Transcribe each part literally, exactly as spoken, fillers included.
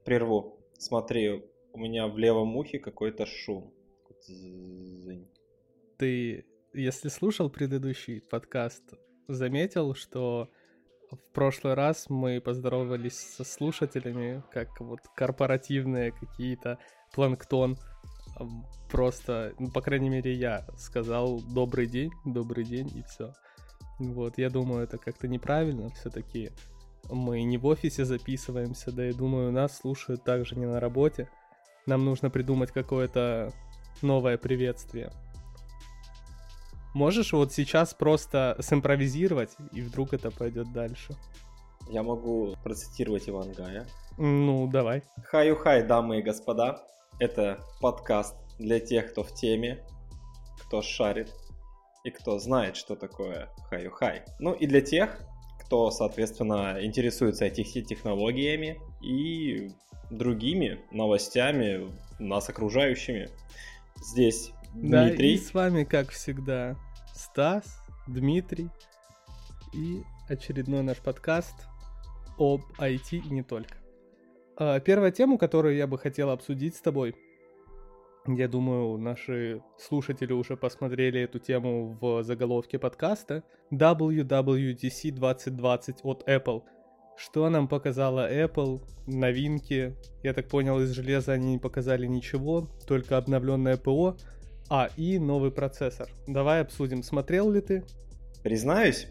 прерву. Смотри, у меня в левом ухе какой-то шум. Ты, если слушал предыдущий подкаст, заметил, что в прошлый раз мы поздоровались со слушателями, как вот корпоративные какие-то планктон. Просто, ну, по крайней мере, я сказал «добрый день», «добрый день» и все. Вот, я думаю, это как-то неправильно, все-таки мы не в офисе записываемся, да и думаю, нас слушают также не на работе. Нам нужно придумать какое-то новое приветствие. Можешь вот сейчас просто симпровизировать, и вдруг это пойдет дальше? Я могу процитировать Ивангая. Ну, давай. Хаю-хай, дамы и господа. Это подкаст для тех, кто в теме, кто шарит и кто знает, что такое хаю-хай. Ну и для тех, кто, соответственно, интересуется ай ти-технологиями и другими новостями, нас окружающими. Здесь Да, Дмитрий. и с вами, как всегда, Стас, Дмитрий и очередной наш подкаст об ай ти и не только. Первая тема, которую я бы хотел обсудить с тобой, я думаю, наши слушатели уже посмотрели эту тему в заголовке подкаста, дабл ю дабл ю ди си двадцать двадцать от Apple. Что нам показала Apple, новинки, я так понял, из железа они не показали ничего, только обновленное ПО, а и новый процессор. Давай обсудим, смотрел ли ты? Признаюсь,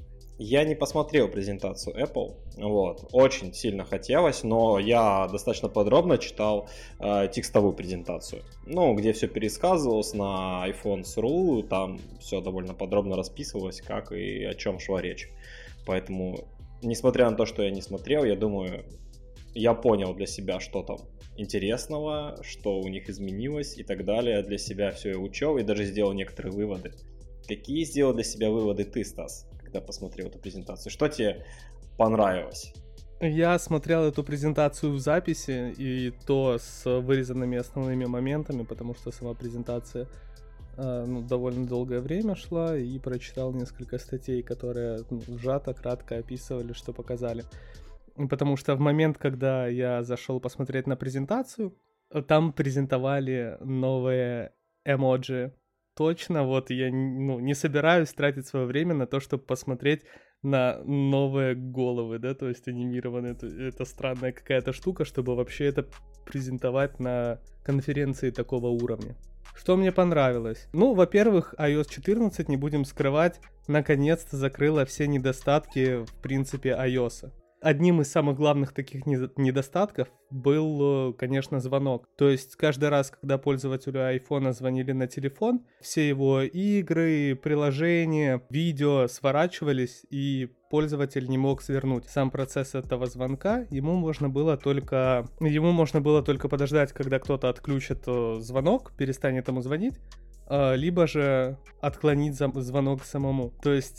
я не посмотрел презентацию Apple, вот, очень сильно хотелось, но я достаточно подробно читал э, текстовую презентацию, ну, где все пересказывалось на iPhone точка ру, там все довольно подробно расписывалось, как и о чем шла речь, поэтому, несмотря на то, что я не смотрел, я думаю, я понял для себя, что там интересного, что у них изменилось и так далее, для себя все я учел и даже сделал некоторые выводы. Какие сделал для себя выводы ты, Стас? Посмотрел эту презентацию. Что тебе понравилось? Я смотрел эту презентацию в записи, и то с вырезанными основными моментами, потому что сама презентация э, ну, довольно долгое время шла, и прочитал несколько статей, которые ну, сжато, кратко описывали, что показали. Потому что в момент, когда я зашел посмотреть на презентацию, там презентовали новые эмоджи. Точно, вот я ну, не собираюсь тратить свое время на то, чтобы посмотреть на новые головы, да, то есть анимированные. Это, это странная какая-то штука, чтобы вообще это презентовать на конференции такого уровня. Что мне понравилось? Ну, во-первых, ай о эс четырнадцать, не будем скрывать, наконец-то закрыла все недостатки, в принципе, iOS. Одним из самых главных таких недостатков был, конечно, звонок. То есть каждый раз, когда пользователю айфона звонили на телефон, все его игры, приложения, видео сворачивались, и пользователь не мог свернуть сам процесс этого звонка. Ему можно было только, ему можно было только подождать, когда кто-то отключит звонок, перестанет ему звонить, либо же отклонить звонок самому. То есть,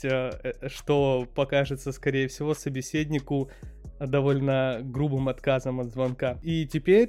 что покажется, скорее всего, собеседнику довольно грубым отказом от звонка. И теперь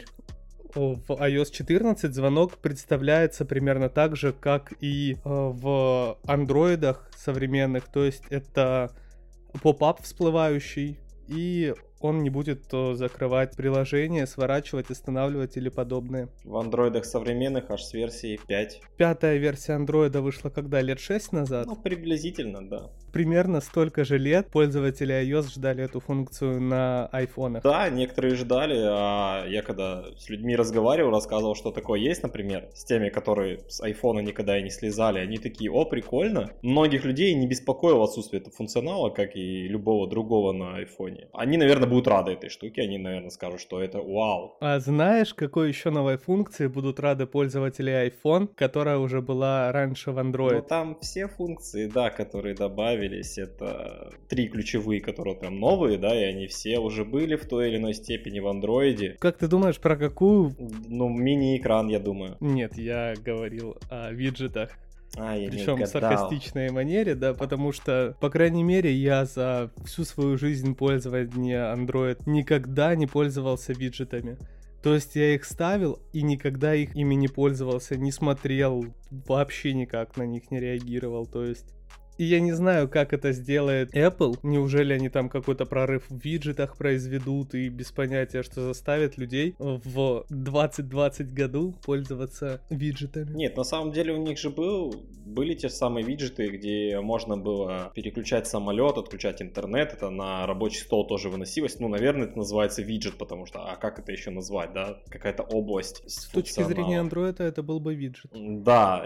в ай о эс четырнадцать звонок представляется примерно так же, как и в андроидах современных. То есть, это поп-ап всплывающий, и он не будет закрывать приложение, сворачивать, останавливать или подобное. В андроидах современных аж с версии пять. Пятая версия андроида вышла когда? Лет шесть назад? Ну, приблизительно, да. Примерно столько же лет пользователи iOS ждали эту функцию на айфонах. Да, некоторые ждали, а я когда с людьми разговаривал, рассказывал, что такое есть, например, с теми, которые с айфона никогда и не слезали, они такие: о, прикольно. Многих людей не беспокоило отсутствие этого функционала, как и любого другого на айфоне. Они, наверное, будут рады этой штуке, они, наверное, скажут, что это вау. А знаешь, какой еще новой функции будут рады пользователи iPhone, которая уже была раньше в Android? Ну, там все функции, да, которые добавились, это три ключевые, которые прям новые, да, и они все уже были в той или иной степени в Android. Как ты думаешь, про какую? Ну, мини-экран, я думаю. Нет, я говорил о виджетах. А, я Причем в саркастичной манере, да, потому что, по крайней мере, я за всю свою жизнь пользования Android никогда не пользовался виджетами. То есть я их ставил и никогда их ими не пользовался, не смотрел, вообще никак на них не реагировал. То есть И я не знаю, как это сделает Apple. Неужели они там какой-то прорыв в виджетах произведут и без понятия, что заставит людей в двадцать двадцать году пользоваться виджетами? Нет, на самом деле у них же был, были те самые виджеты, где можно было переключать самолет, отключать интернет. Это на рабочий стол тоже выносилось. Ну, наверное, это называется виджет, потому что, а как это еще назвать, да? Какая-то область. С точки зрения Android это был бы виджет. Да,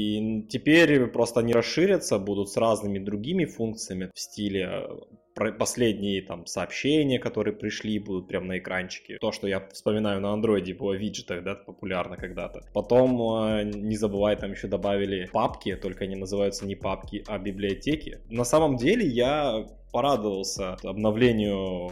и теперь просто они расширятся, будут с разными другими функциями в стиле последние там сообщения, которые пришли, будут прямо на экранчике. То, что я вспоминаю на андроиде, было в виджетах, да, популярно когда-то. Потом, не забывай, там еще добавили папки, только они называются не папки, а библиотеки. На самом деле я порадовался обновлению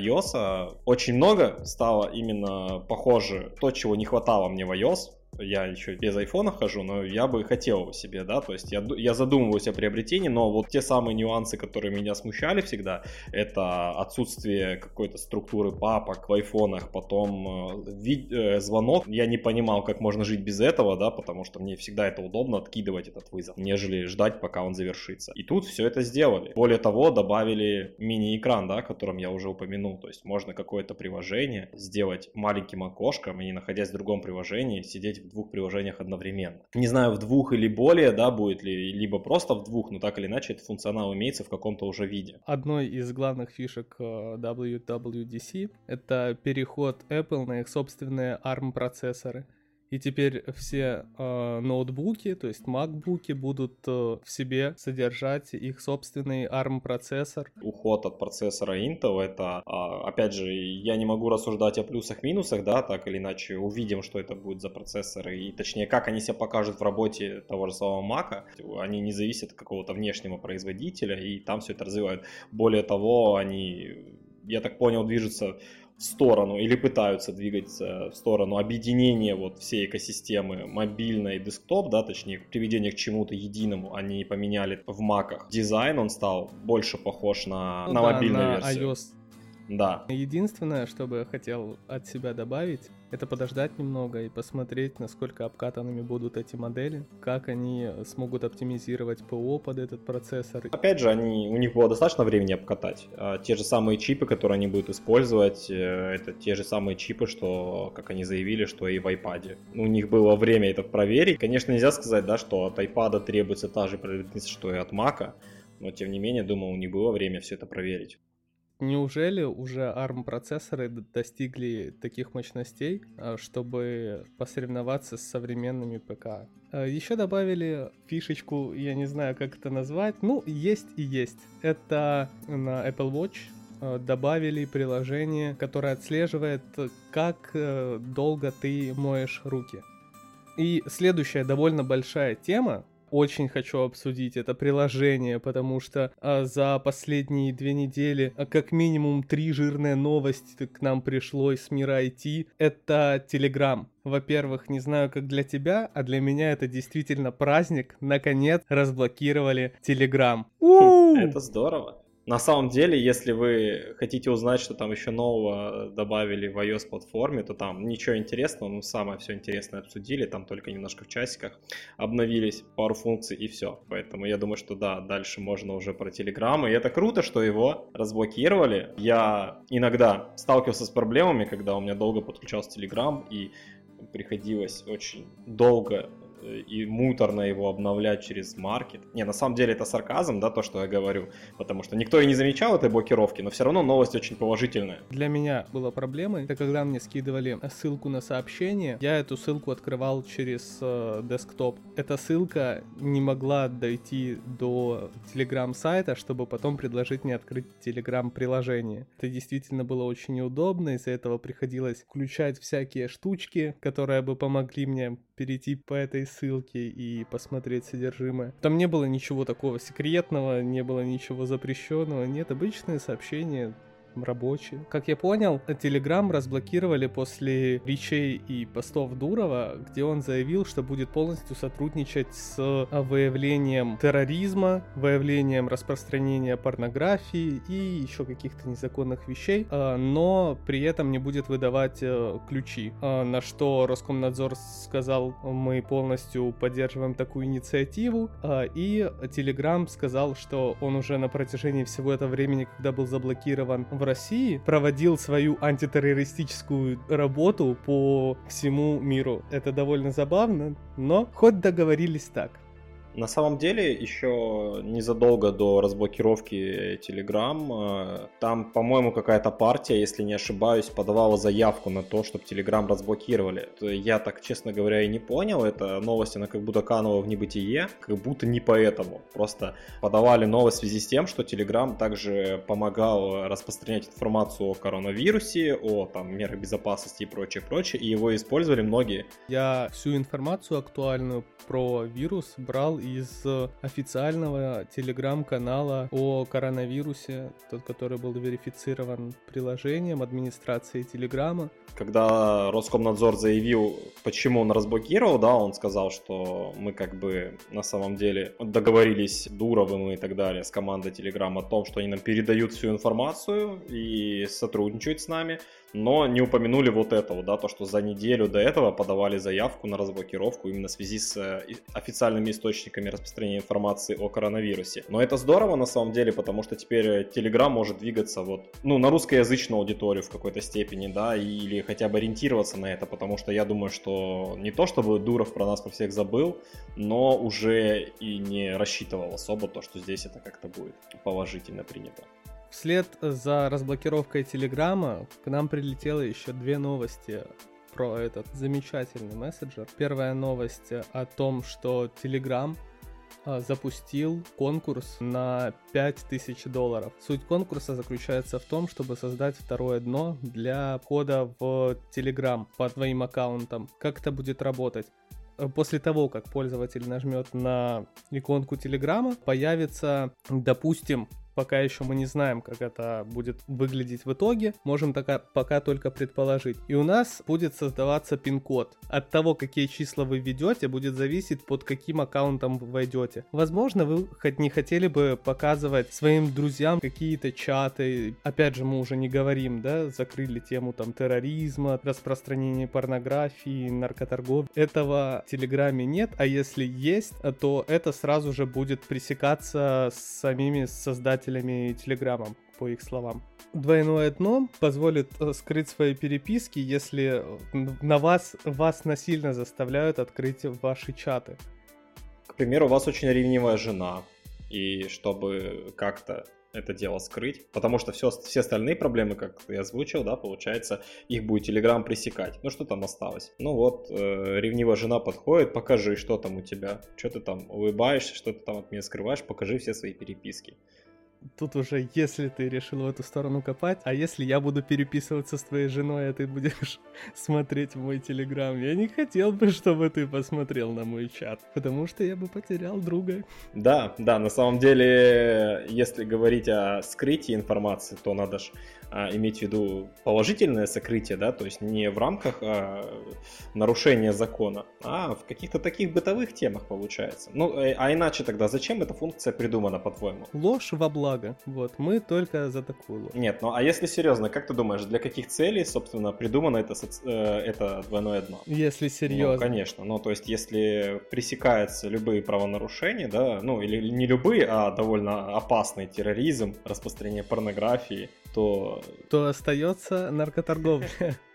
iOS. Очень много стало именно похоже то, чего не хватало мне в iOS. Я еще без айфона хожу, но я бы хотел его себе, да, то есть я, я задумываюсь о приобретении, но вот те самые нюансы, которые меня смущали всегда, это отсутствие какой-то структуры папок в айфонах, потом э, ви- э, звонок, я не понимал, как можно жить без этого, да, потому что мне всегда это удобно откидывать этот вызов, нежели ждать, пока он завершится. И тут все это сделали. Более того, добавили мини-экран, да, о котором я уже упомянул, то есть можно какое-то приложение сделать маленьким окошком и, находясь в другом приложении, сидеть в двух приложениях одновременно. Не знаю, в двух или более, да, будет ли, либо просто в двух, но так или иначе этот функционал имеется в каком-то уже виде. Одной из главных фишек дабл ю дабл ю ди си это переход Apple на их собственные арм процессоры. И теперь все э, ноутбуки, то есть макбуки, будут э, в себе содержать их собственный арм процессор. Уход от процессора Intel, это, э, опять же, я не могу рассуждать о плюсах-минусах, да, так или иначе увидим, что это будет за процессоры, и точнее, как они себя покажут в работе того же самого Mac. Они не зависят от какого-то внешнего производителя, и там все это развивают. Более того, они, я так понял, движутся в сторону или пытаются двигаться в сторону объединения вот всей экосистемы мобильной и десктоп, да, точнее, приведения к чему-то единому. Они поменяли в маках дизайн, он стал больше похож на, ну на да, мобильную на версию. iOS. Да. Единственное, что бы я хотел от себя добавить, это подождать немного и посмотреть, насколько обкатанными будут эти модели, как они смогут оптимизировать ПО под этот процессор. Опять же, они, у них было достаточно времени обкатать. А те же самые чипы, которые они будут использовать, это те же самые чипы, что, как они заявили, что и в iPad. У них было время это проверить. Конечно, нельзя сказать, да, что от iPad требуется та же производительность, что и от Mac, но тем не менее, думаю, у них было время все это проверить. Неужели уже арм процессоры достигли таких мощностей, чтобы посоревноваться с современными ПК? Еще добавили фишечку, я не знаю, как это назвать, ну, есть и есть. Это на Apple Watch добавили приложение, которое отслеживает, как долго ты моешь руки. И следующая довольно большая тема, очень хочу обсудить это приложение, потому что а, за последние две недели а, как минимум три жирные новости к нам пришло из мира ай ти. Это Telegram. Во-первых, не знаю, как для тебя, а для меня это действительно праздник. Наконец разблокировали Telegram. Это здорово. На самом деле, если вы хотите узнать, что там еще нового добавили в iOS-платформе, то там ничего интересного, ну самое все интересное обсудили, там только немножко в часиках обновились пару функций и все. Поэтому я думаю, что да, дальше можно уже про Telegram, и это круто, что его разблокировали. Я иногда сталкивался с проблемами, когда у меня долго подключался Telegram, и приходилось очень долго и муторно его обновлять через маркет. Не, на самом деле это сарказм, да, то, что я говорю, потому что никто и не замечал этой блокировки, но все равно новость очень положительная. Для меня была проблема, это когда мне скидывали ссылку на сообщение, я эту ссылку открывал через э, десктоп. Эта ссылка не могла дойти до Telegram сайта, чтобы потом предложить мне открыть Telegram приложение. Это действительно было очень неудобно, из-за этого приходилось включать всякие штучки, которые бы помогли мне перейти по этой ссылке и посмотреть содержимое. Там не было ничего такого секретного, не было ничего запрещенного, нет, обычные сообщения, рабочие. Как я понял, Telegram разблокировали после речей и постов Дурова, где он заявил, что будет полностью сотрудничать с выявлением терроризма, выявлением распространения порнографии и еще каких-то незаконных вещей, но при этом не будет выдавать ключи. На что Роскомнадзор сказал: мы полностью поддерживаем такую инициативу, и Telegram сказал, что он уже на протяжении всего этого времени, когда был заблокирован в России, проводил свою антитеррористическую работу по всему миру. Это довольно забавно, но хоть договорились так. На самом деле, еще незадолго до разблокировки Telegram, там, по-моему, какая-то партия, если не ошибаюсь, подавала заявку на то, чтобы Telegram разблокировали. Я так, честно говоря, и не понял. Эта новость, она как будто канула в небытие, как будто не поэтому. Просто подавали новость в связи с тем, что Telegram также помогал распространять информацию о коронавирусе, о там, мерах безопасности и прочее, прочее, и его использовали многие. Я всю информацию актуальную про вирус брал из официального телеграм-канала о коронавирусе, тот, который был верифицирован приложением администрации Телеграма. Когда Роскомнадзор заявил, почему он разблокировал, да, он сказал, что мы как бы на самом деле договорились с Дуровым и так далее, с командой Телеграм о том, что они нам передают всю информацию и сотрудничают с нами, но не упомянули вот этого, да, то, что за неделю до этого подавали заявку на разблокировку именно в связи с официальными источниками распространения информации о коронавирусе. Но это здорово на самом деле, потому что теперь Telegram может двигаться вот, ну, на русскоязычную аудиторию в какой-то степени, да, или хотя бы ориентироваться на это, потому что я думаю, что не то чтобы Дуров про нас про всех забыл, но уже и не рассчитывал особо то, что здесь это как-то будет положительно принято. Вслед за разблокировкой Телеграма к нам прилетело еще две новости про этот замечательный мессенджер. Первая новость о том, что Telegram запустил конкурс на пять тысяч долларов. Суть конкурса заключается в том, чтобы создать второе дно для входа в Telegram по твоим аккаунтам. Как это будет работать? После того, как пользователь нажмет на иконку Телеграма, появится, допустим, пока еще мы не знаем, как это будет выглядеть в итоге, можем пока, пока только предположить. И у нас будет создаваться пин-код. От того, какие числа вы введете, будет зависеть, под каким аккаунтом вы войдете. Возможно, вы хоть не хотели бы показывать своим друзьям какие-то чаты. Опять же, мы уже не говорим, да, закрыли тему там терроризма, распространения порнографии, наркоторговли. Этого в Телеграме нет, а если есть, то это сразу же будет пресекаться с самими создателями Телеграма, по их словам. Двойное дно позволит скрыть свои переписки, если на вас, вас насильно заставляют открыть ваши чаты. К примеру, у вас очень ревнивая жена, и чтобы как-то это дело скрыть, потому что все, все остальные проблемы, как я озвучил, да, получается, их будет Telegram пресекать. Ну что там осталось? Ну вот, э, ревнивая жена подходит, покажи, что там у тебя, что ты там улыбаешься, что ты там от меня скрываешь, покажи все свои переписки. Тут уже, если ты решил в эту сторону копать, а если я буду переписываться с твоей женой, а ты будешь смотреть в мой Телеграм, я не хотел бы, чтобы ты посмотрел на мой чат, потому что я бы потерял друга. Да, да, на самом деле, если говорить о скрытии информации, то надо же а, иметь в виду положительное сокрытие, да, то есть не в рамках а, нарушения закона, а в каких-то таких бытовых темах получается. Ну, а иначе тогда зачем эта функция придумана, по-твоему? Ложь во благо. Вот, мы только за такую ложь. Нет, ну а если серьезно, как ты думаешь, для каких целей, собственно, придумано это, э, это двойное дно? Если серьезно. Ну, конечно. Ну, то есть, если пресекаются любые правонарушения, да, ну, или не любые, а довольно опасный терроризм, распространение порнографии, то... То остается наркоторговля.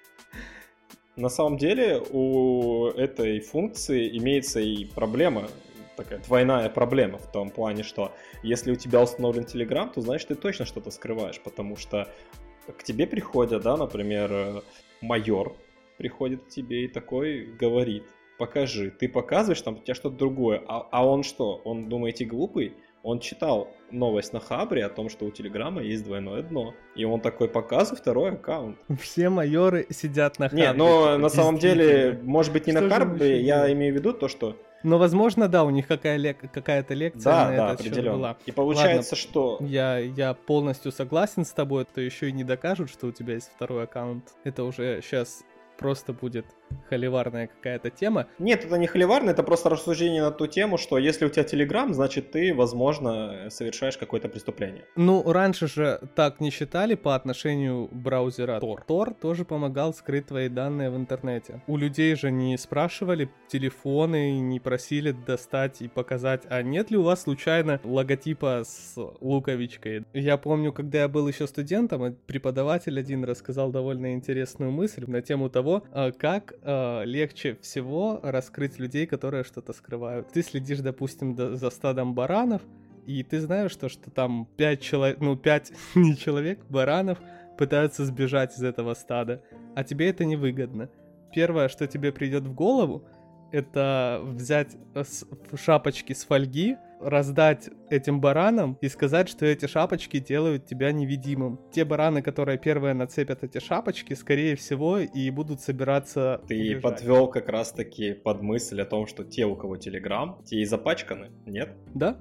На самом деле, у этой функции имеется и проблема, такая двойная проблема в том плане, что если у тебя установлен Telegram, то значит ты точно что-то скрываешь, потому что к тебе приходят, да, например, майор приходит к тебе и такой говорит: покажи, ты показываешь, там у тебя что-то другое, а, а он что, он, думаете, глупый? Он читал новость на Хабре о том, что у Телеграма есть двойное дно. И он такой: показывает второй аккаунт. Все майоры сидят на Хабре. Нет, но на самом деле, может быть, не на Хабре, я имею в виду то, что Но, возможно, да, у них какая лек- какая-то лекция Да, на да, этот счет определенно. была. И получается, Ладно, что... Я, я полностью согласен с тобой, то еще и не докажут, что у тебя есть второй аккаунт. Это уже сейчас просто будет холиварная какая-то тема. Нет, это не холиварно, это просто рассуждение на ту тему, что если у тебя Telegram, значит ты, возможно, совершаешь какое-то преступление. Ну, раньше же так не считали по отношению браузера Tor. Tor тоже помогал скрыть твои данные в интернете. У людей же не спрашивали телефоны, не просили достать и показать, а нет ли у вас случайно логотипа с луковичкой. Я помню, когда я был еще студентом, преподаватель один рассказал довольно интересную мысль на тему того, как легче всего раскрыть людей, которые что-то скрывают. Ты следишь, допустим, за стадом баранов, и ты знаешь, что, что там пять человек, ну пять не человек, баранов пытаются сбежать из этого стада, а тебе это невыгодно. Первое, что тебе придет в голову, это взять шапочки с фольги, раздать этим баранам и сказать, что эти шапочки делают тебя невидимым. Те бараны, которые первые нацепят эти шапочки, скорее всего, и будут собираться Ты убежать. подвел как раз-таки под мысль о том, что те, у кого Telegram, те и запачканы, нет? Да?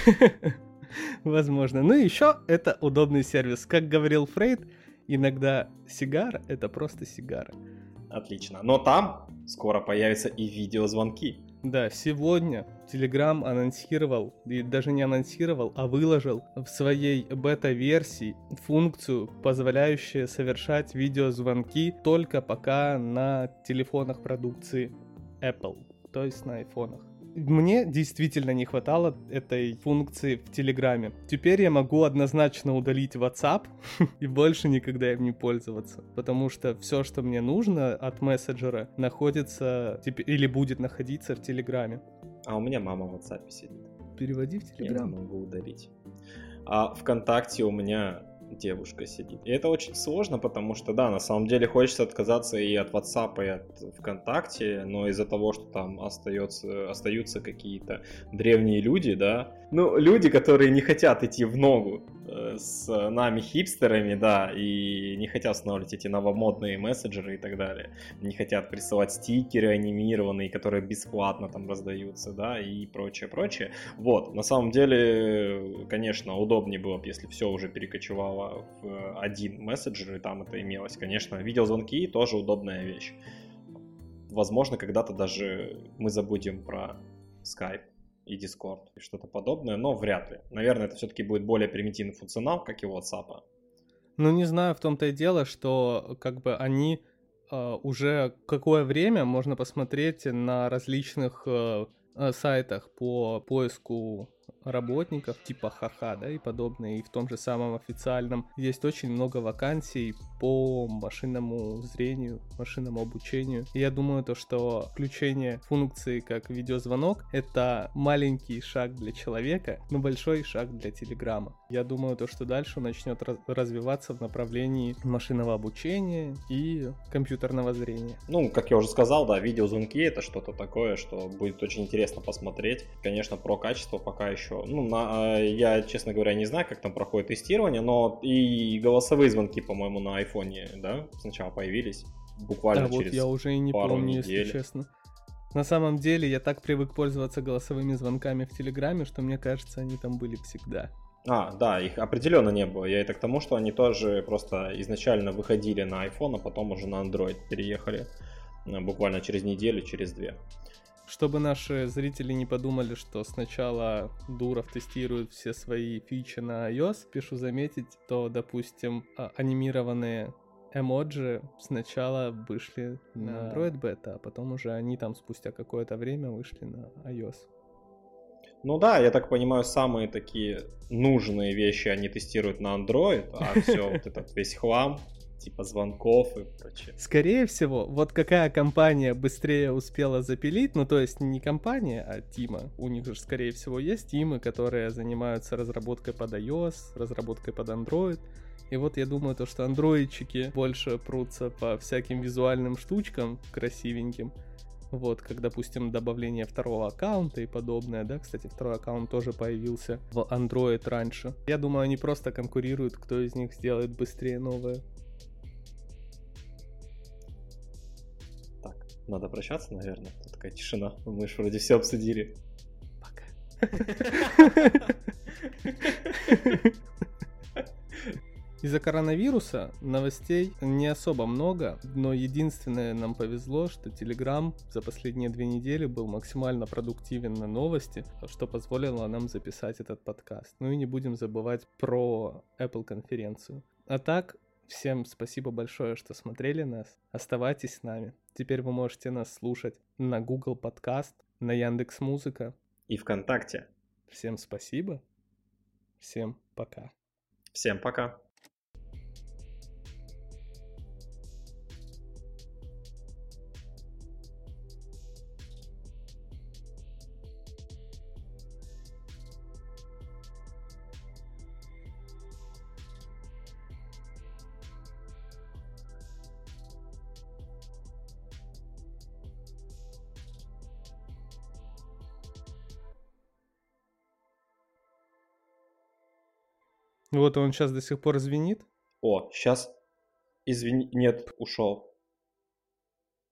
Возможно. Ну и еще это удобный сервис. Как говорил Фрейд, иногда сигара — это просто сигара. Отлично. Но там скоро появятся и видеозвонки. Да, сегодня Telegram анонсировал, и даже не анонсировал, а выложил в своей бета-версии функцию, позволяющую совершать видеозвонки только пока на телефонах продукции Apple, то есть на айфонах. Мне действительно не хватало этой функции в Телеграме. Теперь я могу однозначно удалить WhatsApp и больше никогда им не пользоваться. Потому что все, что мне нужно от мессенджера, находится или будет находиться в Телеграме. А у меня мама в WhatsApp сидит. Переводи в Телеграм. Я не могу удалить. А ВКонтакте у меня девушка сидит. И это очень сложно, потому что, да, на самом деле хочется отказаться и от WhatsApp, и от ВКонтакте, но из-за того, что там остается, остаются какие-то древние люди, да, ну, люди, которые не хотят идти в ногу э, с нами хипстерами, да, и не хотят устанавливать эти новомодные мессенджеры и так далее, не хотят присылать стикеры анимированные, которые бесплатно там раздаются, да, и прочее, прочее. Вот, на самом деле, конечно, удобнее было бы, если все уже перекочевало в один мессенджер, и там это имелось. Конечно, видеозвонки тоже удобная вещь. Возможно, когда-то даже мы забудем про Skype и Discord и что-то подобное, но вряд ли. Наверное, это все-таки будет более примитивный функционал, как и WhatsApp. Ну, не знаю, в том-то и дело, что как бы они э, уже какое время можно посмотреть на различных э, сайтах по поиску работников типа ха-ха, да, и подобное, и в том же самом официальном есть очень много вакансий по машинному зрению, машинному обучению. И я думаю, то, что включение функции как видеозвонок — это маленький шаг для человека, но большой шаг для Телеграма. Я думаю, то, что дальше он начнет раз- развиваться в направлении машинного обучения и компьютерного зрения. Ну, как я уже сказал, да, видеозвонки — это что-то такое, что будет очень интересно посмотреть. Конечно, про качество пока еще, ну, на, я, честно говоря, не знаю, как там проходит тестирование, но и голосовые звонки, по-моему, на айфоне, да, сначала появились, буквально да, через вот я уже и не пару помню, недель. если честно. На самом деле, я так привык пользоваться голосовыми звонками в Телеграме, что мне кажется, они там были всегда. А, да, их определенно не было. Я это к тому, что они тоже просто изначально выходили на iPhone, а потом уже на Android переехали буквально через неделю, через две. Чтобы наши зрители не подумали, что сначала Дуров тестирует все свои фичи на iOS, спешу заметить, то, допустим, анимированные эмоджи сначала вышли на Android бета, а потом уже они там спустя какое-то время вышли на iOS. Ну да, я так понимаю, самые такие нужные вещи они тестируют на Android, а все вот этот весь хлам, типа звонков и прочее. Скорее всего, вот какая компания быстрее успела запилить, ну то есть не компания, а тима. У них же, скорее всего, есть тимы, которые занимаются разработкой под iOS, разработкой под Android. И вот я думаю, то, что андроидчики больше прутся по всяким визуальным штучкам красивеньким. Вот, как, допустим, добавление второго аккаунта и подобное, да, кстати, второй аккаунт тоже появился в Android раньше. Я думаю, они просто конкурируют, кто из них сделает быстрее новое. Так, Надо прощаться, наверное. Такая тишина. Мы же вроде все обсудили. Пока. Из-за коронавируса новостей не особо много, но единственное, нам повезло, что Telegram за последние две недели был максимально продуктивен на новости, что позволило нам записать этот подкаст. Ну и не будем забывать про Apple конференцию. А так, всем спасибо большое, что смотрели нас. Оставайтесь с нами. Теперь вы можете нас слушать на Google Podcast, на Яндекс.Музыка. И ВКонтакте. Всем спасибо. Всем пока. Всем пока. Вот он сейчас до сих пор звенит. О, сейчас, извини, нет, ушел.